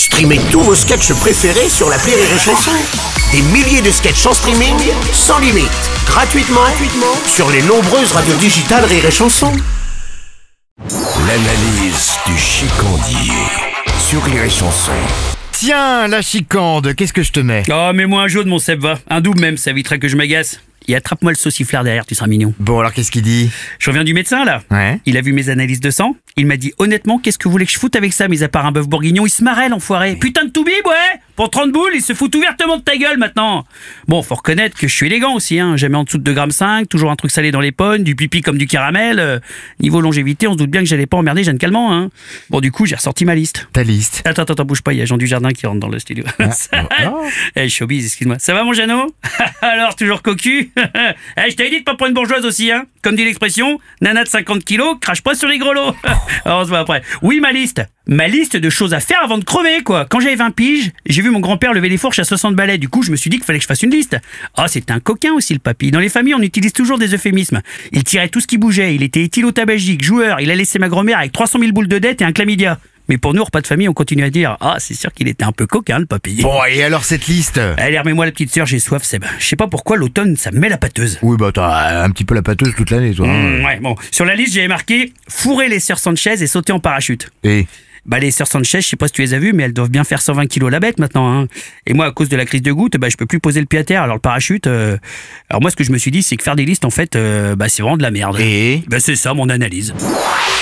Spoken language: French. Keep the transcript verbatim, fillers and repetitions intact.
Streamez tous vos sketchs préférés sur l'appli Rire et Chanson. Des milliers de sketchs en streaming, sans limite, gratuitement, gratuitement sur les nombreuses radios digitales Rire et Chanson. L'analyse du chicandier sur Rire et Chanson. Tiens, la chicande, qu'est-ce que je te mets? Oh, mets-moi un jaune, mon Seb, va. Un double même, ça évitera que je m'agace. Et attrape-moi le sauciflard derrière, tu seras mignon. Bon, alors qu'est-ce qu'il dit? Je reviens du médecin, là. Ouais. Il a vu mes analyses de sang. Il m'a dit, honnêtement, qu'est-ce que vous voulez que je foute avec ça, mis à part un bœuf bourguignon? Il se marrait, l'enfoiré. Putain de toubib, ouais. Pour trente boules, il se fout ouvertement de ta gueule, maintenant. Bon, faut reconnaître que je suis élégant aussi, hein. Jamais en dessous de deux virgule cinq grammes, toujours un truc salé dans les pognes, du pipi comme du caramel. Euh, niveau longévité, on se doute bien que j'allais pas emmerder Jeanne Calment, hein. Bon, du coup, j'ai ressorti ma liste. Ta liste. Attends, attends, attends, bouge pas, il y a Jean Dujardin qui rentre dans le studio. Ah, oh. Eh, showbiz, excuse-moi. Ça va, mon Jeannot? Alors, toujours cocu? Eh, je t'avais dit de pas prendre une bourgeoise aussi, hein. Comme dit l'expression, nana de cinquante kilos, crache pas sur les grelots. Alors, on se voit après. Oui, ma liste. Ma liste de choses à faire avant de crever, quoi. Quand j'avais vingt piges, j'ai vu mon grand-père lever les fourches à soixante balais. Du coup, je me suis dit qu'il fallait que je fasse une liste. Ah, c'était un coquin aussi, le papy. Dans les familles, on utilise toujours des euphémismes. Il tirait tout ce qui bougeait. Il était éthylo-tabagique, joueur. Il a laissé ma grand-mère avec trois cent mille boules de dette et un chlamydia. Mais pour nous, repas de famille, on continue à dire « Ah, c'est sûr qu'il était un peu coquin, le papy. » Bon, et alors cette liste? Allez, remets-moi la petite sœur, j'ai soif, Seb. Je sais pas pourquoi l'automne, ça me met la pâteuse. Oui, bah t'as un petit peu la pâteuse toute l'année, toi. Hein. Mmh, ouais, bon. Sur la liste, j'avais marqué « Fourrer les sœurs Sanchez et sauter en parachute ». Et Bah les sœurs Sanchez, je sais pas si tu les as vues, mais elles doivent bien faire cent vingt kilos la bête maintenant, hein. Et moi, à cause de la crise de goutte, bah je peux plus poser le pied à terre. Alors le parachute, euh... alors moi ce que je me suis dit, c'est que faire des listes, en fait, euh, bah c'est vraiment de la merde. Et Bah c'est ça mon analyse.